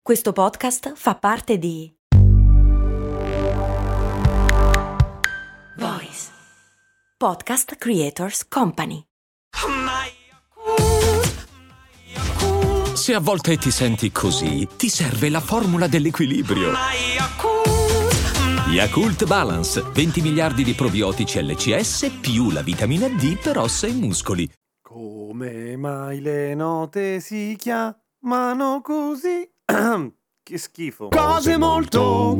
Questo podcast fa parte di Voice Podcast Creators Company. Se a volte ti senti così, ti serve la formula dell'equilibrio. Yakult Balance, 20 miliardi di probiotici LCS più la vitamina D per ossa e muscoli. Come mai le note si chiamano così? Che schifo. Cose molto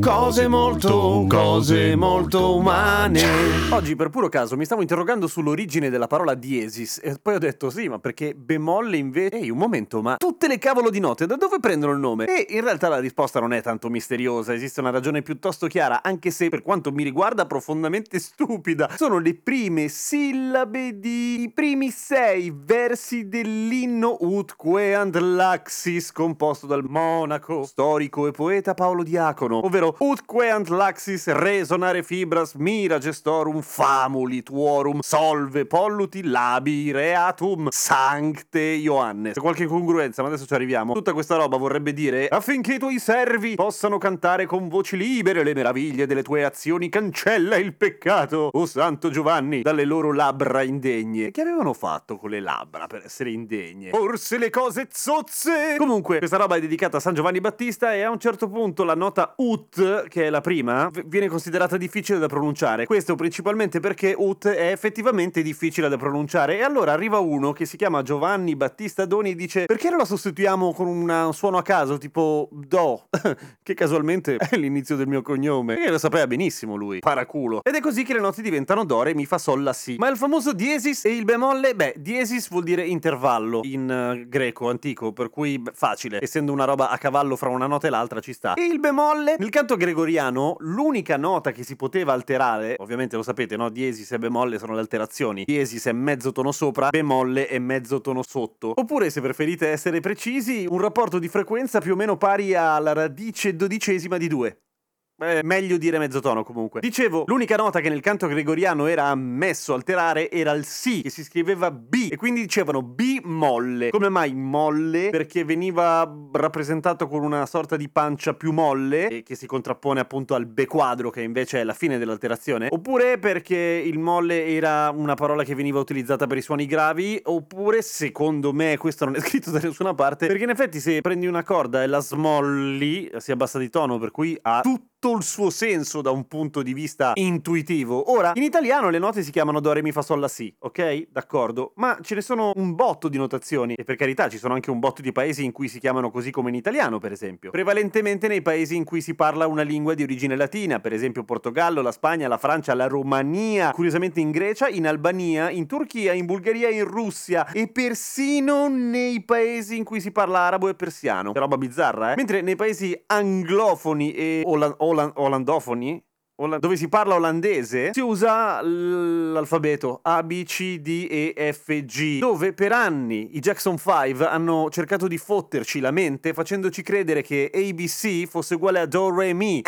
umane. Oggi per puro caso mi stavo interrogando sull'origine della parola diesis e poi ho detto sì, ma perché bemolle invece... Ehi, un momento, ma tutte le cavolo di note da dove prendono il nome? E in realtà la risposta non è tanto misteriosa, esiste una ragione piuttosto chiara, anche se per quanto mi riguarda profondamente stupida. Sono le prime sillabe i primi 6 versi dell'inno Utqueant Laxis, composto dal monaco, storico e poeta Paolo Diacono, ovvero Utqueant Laxis resonare fibras mira gestorum famuli tuorum solve polluti labi reatum sancte Ioannes. C'è qualche incongruenza, ma adesso ci arriviamo. Tutta questa roba vorrebbe dire affinché i tuoi servi possano cantare con voci libere le meraviglie delle tue azioni, cancella il peccato, o Santo Giovanni, dalle loro labbra indegne. Che avevano fatto con le labbra per essere indegne? Forse le cose zozze? Comunque, questa roba è dedicata a San Giovanni Battista e a un certo punto la nota ut, che è la prima, viene considerata difficile da pronunciare. Questo principalmente perché ut è effettivamente difficile da pronunciare, e allora arriva uno che si chiama Giovanni Battista Doni e dice perché non la sostituiamo con un suono a caso tipo do, che casualmente è l'inizio del mio cognome, e lo sapeva benissimo lui, paraculo. Ed è così che le note diventano do, re, mi, fa, sol, la, si. Ma il famoso diesis e il bemolle, diesis vuol dire intervallo in greco antico, per cui facile, essendo una roba a cavallo fra una nota e l'altra ci sta. E il bemolle? Nel canto gregoriano l'unica nota che si poteva alterare, ovviamente lo sapete, no? Diesis e bemolle sono le alterazioni. Diesis è mezzo tono sopra, bemolle è mezzo tono sotto. Oppure, se preferite essere precisi, un rapporto di frequenza più o meno pari alla radice dodicesima di 2. Meglio dire mezzotono comunque. Dicevo, l'unica nota che nel canto gregoriano era ammesso alterare era il si, che si scriveva B, e quindi dicevano B molle. Come mai molle? Perché veniva rappresentato con una sorta di pancia più molle, e che si contrappone appunto al B quadro, che invece è la fine dell'alterazione. Oppure perché il molle era una parola che veniva utilizzata per i suoni gravi. Oppure, secondo me, questo non è scritto da nessuna parte, perché in effetti se prendi una corda e la smolli si abbassa di tono, per cui ha tutto il suo senso da un punto di vista intuitivo. Ora, in italiano le note si chiamano do, re, mi, fa, sol, la, si, ok? D'accordo, ma ce ne sono un botto di notazioni, e per carità ci sono anche un botto di paesi in cui si chiamano così come in italiano, per esempio. Prevalentemente nei paesi in cui si parla una lingua di origine latina, per esempio Portogallo, la Spagna, la Francia, la Romania, curiosamente in Grecia, in Albania, in Turchia, in Bulgaria, in Russia, e persino nei paesi in cui si parla arabo e persiano. Che roba bizzarra, eh? Mentre nei paesi anglofoni e olandofoni, dove si parla olandese, si usa l'alfabeto A, B, C, D, E, F, G, dove per anni i Jackson 5 hanno cercato di fotterci la mente facendoci credere che ABC fosse uguale a Do, Re, Mi.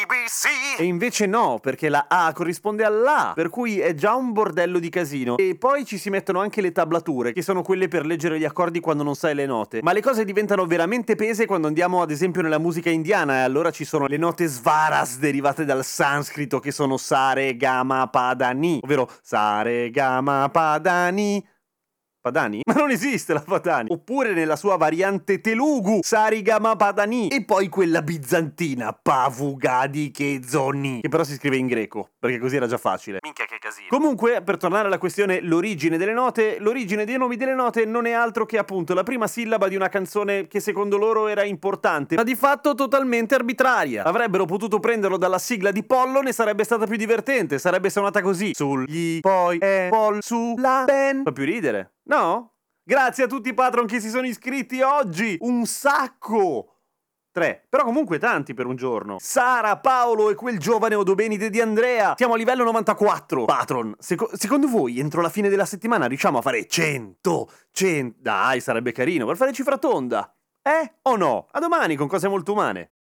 ABC! E invece no, perché la A corrisponde all'A, per cui è già un bordello di casino. E poi ci si mettono anche le tablature, che sono quelle per leggere gli accordi quando non sai le note. Ma le cose diventano veramente pese quando andiamo ad esempio nella musica indiana, e allora ci sono le note svaras derivate dal sanscrito, che sono sa, re, ga, ma, pa, da, ni, ovvero sa, re, ga, ma, pa, da, ni. Padani? Ma non esiste la Padani! Oppure nella sua variante Telugu, Sarigama Padani, e poi quella bizantina, Pavugadi Kezoni, che però si scrive in greco, perché così era già facile. Minchia che casino. Comunque, per tornare alla questione l'origine delle note, l'origine dei nomi delle note non è altro che appunto la prima sillaba di una canzone che secondo loro era importante, ma di fatto totalmente arbitraria. Avrebbero potuto prenderlo dalla sigla di Pollon e sarebbe stata più divertente, sarebbe suonata così: sul, gli, poi, pol, su, la, ben. Fa più ridere. No? Grazie a tutti i patron che si sono iscritti oggi! Un sacco! 3, però comunque tanti per un giorno. Sara, Paolo e quel giovane Odobenide di Andrea. Siamo a livello 94. Patron, secondo voi entro la fine della settimana riusciamo a fare 100? Dai, sarebbe carino per fare cifra tonda. O no? A domani con cose molto umane.